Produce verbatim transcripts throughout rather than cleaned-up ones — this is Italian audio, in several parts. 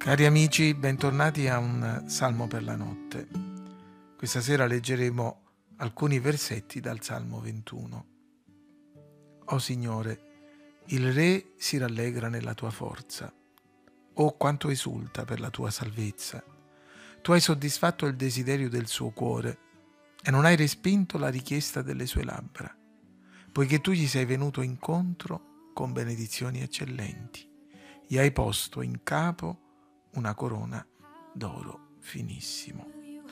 Cari amici, bentornati a un Salmo per la notte. Questa sera leggeremo alcuni versetti dal Salmo ventuno. O Signore, il Re si rallegra nella tua forza. Oh, quanto esulta per la tua salvezza. Tu hai soddisfatto il desiderio del suo cuore e non hai respinto la richiesta delle sue labbra, poiché tu gli sei venuto incontro con benedizioni eccellenti. Gli hai posto in capo una corona d'oro finissimo.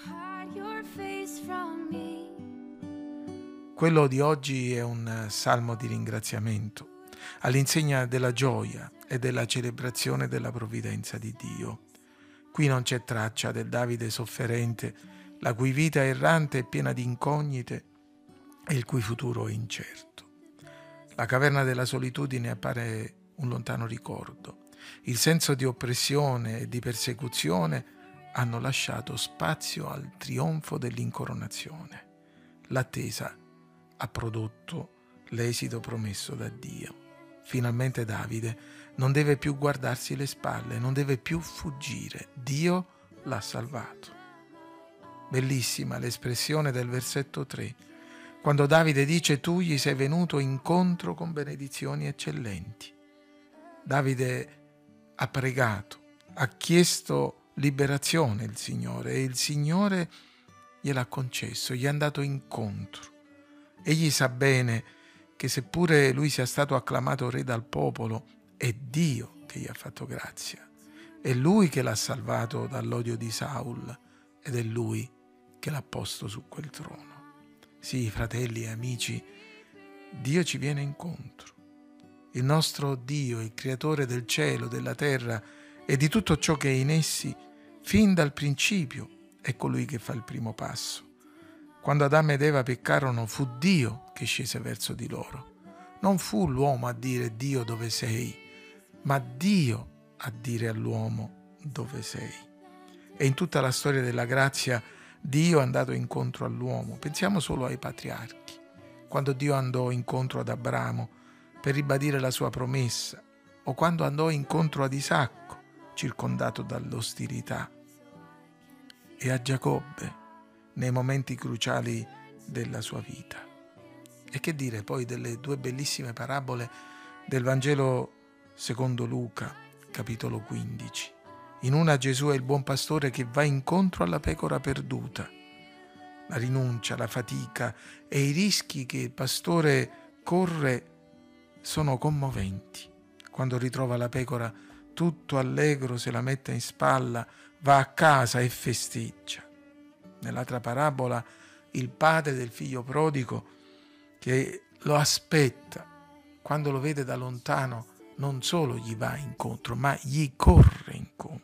Quello di oggi è un salmo di ringraziamento, all'insegna della gioia e della celebrazione della provvidenza di Dio. Qui non c'è traccia del Davide sofferente, la cui vita errante è piena di incognite e il cui futuro è incerto. La caverna della solitudine appare un lontano ricordo. Il senso di oppressione e di persecuzione hanno lasciato spazio al trionfo dell'incoronazione. L'attesa ha prodotto l'esito promesso da Dio. Finalmente Davide non deve più guardarsi le spalle, non deve più fuggire. Dio l'ha salvato. Bellissima l'espressione del versetto tre, quando Davide dice: tu gli sei venuto incontro con benedizioni eccellenti. Davide ha pregato, ha chiesto liberazione il Signore e il Signore gliel'ha concesso, gli è andato incontro. Egli sa bene che seppure lui sia stato acclamato re dal popolo, è Dio che gli ha fatto grazia. È lui che l'ha salvato dall'odio di Saul ed è lui che l'ha posto su quel trono. Sì, fratelli e amici, Dio ci viene incontro. Il nostro Dio, il creatore del cielo, della terra e di tutto ciò che è in essi, fin dal principio è colui che fa il primo passo. Quando Adamo ed Eva peccarono, fu Dio che scese verso di loro. Non fu l'uomo a dire: Dio, dove sei? Ma Dio a dire all'uomo: dove sei? E in tutta la storia della grazia Dio è andato incontro all'uomo. Pensiamo solo ai patriarchi. Quando Dio andò incontro ad Abramo per ribadire la sua promessa, o quando andò incontro ad Isacco, circondato dall'ostilità, e a Giacobbe nei momenti cruciali della sua vita. E che dire poi delle due bellissime parabole del Vangelo secondo Luca, capitolo quindici. In una Gesù è il buon pastore che va incontro alla pecora perduta. La rinuncia, la fatica e i rischi che il pastore corre sono commoventi. Quando ritrova la pecora, tutto allegro se la mette in spalla, va a casa e festeggia. Nell'altra parabola, il padre del figlio prodigo che lo aspetta, quando lo vede da lontano, non solo gli va incontro, ma gli corre incontro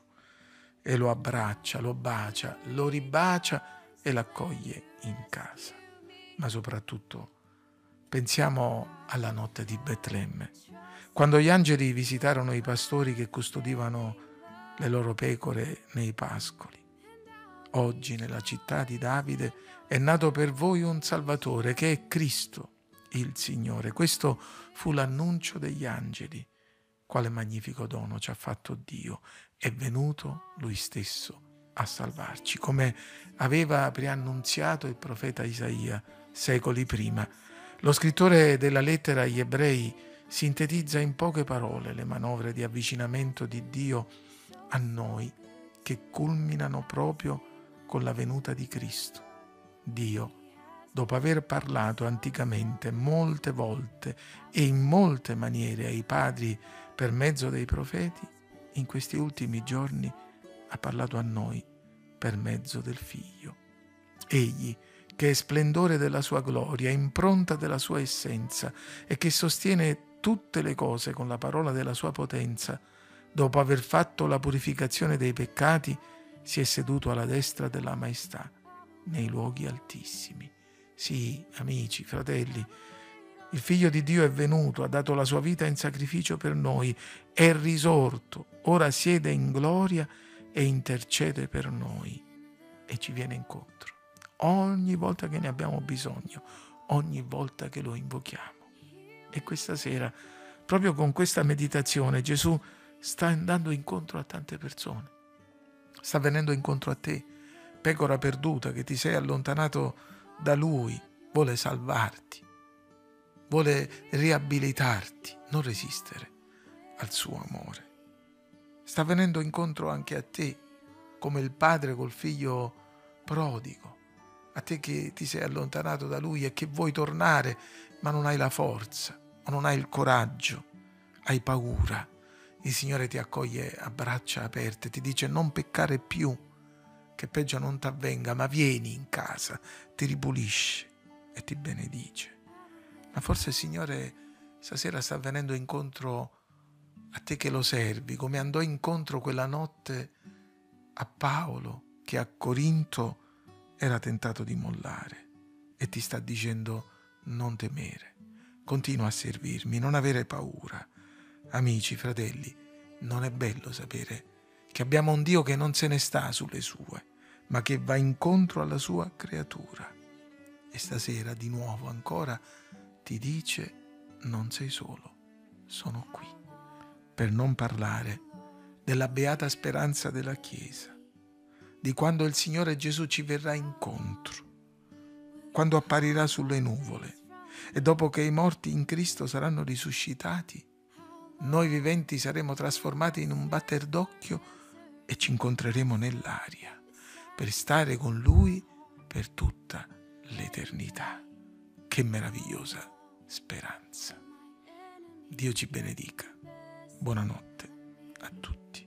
e lo abbraccia, lo bacia, lo ribacia e l'accoglie in casa. Ma soprattutto pensiamo alla notte di Betlemme, quando gli angeli visitarono i pastori che custodivano le loro pecore nei pascoli. Oggi nella città di Davide è nato per voi un Salvatore che è Cristo, il Signore. Questo fu l'annuncio degli angeli. Quale magnifico dono ci ha fatto Dio. È venuto Lui stesso a salvarci, come aveva preannunziato il profeta Isaia secoli prima. Lo scrittore della lettera agli Ebrei sintetizza in poche parole le manovre di avvicinamento di Dio a noi, che culminano proprio con la venuta di Cristo. Dio, dopo aver parlato anticamente molte volte e in molte maniere ai padri per mezzo dei profeti, in questi ultimi giorni ha parlato a noi per mezzo del Figlio. Egli, che è splendore della sua gloria, impronta della sua essenza e che sostiene tutte le cose con la parola della sua potenza, dopo aver fatto la purificazione dei peccati, si è seduto alla destra della maestà nei luoghi altissimi. Sì, amici, fratelli, il Figlio di Dio è venuto, ha dato la sua vita in sacrificio per noi, è risorto, ora siede in gloria e intercede per noi e ci viene incontro ogni volta che ne abbiamo bisogno, ogni volta che lo invochiamo. E questa sera, proprio con questa meditazione, Gesù sta andando incontro a tante persone, sta venendo incontro a te, pecora perduta che ti sei allontanato da Lui, vuole salvarti, vuole riabilitarti, non resistere al suo amore. Sta venendo incontro anche a te, come il padre col figlio prodigo, a te che ti sei allontanato da Lui e che vuoi tornare, ma non hai la forza, o non hai il coraggio, hai paura. Il Signore ti accoglie a braccia aperte, ti dice non peccare più, che peggio non t'avvenga, ma vieni in casa, ti ripulisce e ti benedice. Ma forse il Signore stasera sta venendo incontro a te che lo servi, come andò incontro quella notte a Paolo che a Corinto era tentato di mollare e ti sta dicendo non temere, continua a servirmi, non avere paura. Amici, fratelli, non è bello sapere che abbiamo un Dio che non se ne sta sulle sue, ma che va incontro alla sua creatura. E stasera di nuovo ancora ti dice non sei solo, sono qui. Per non parlare della beata speranza della Chiesa, di quando il Signore Gesù ci verrà incontro, quando apparirà sulle nuvole e dopo che i morti in Cristo saranno risuscitati, noi viventi saremo trasformati in un batter d'occhio e ci incontreremo nell'aria per stare con Lui per tutta l'eternità. Che meravigliosa speranza! Dio ci benedica. Buonanotte a tutti.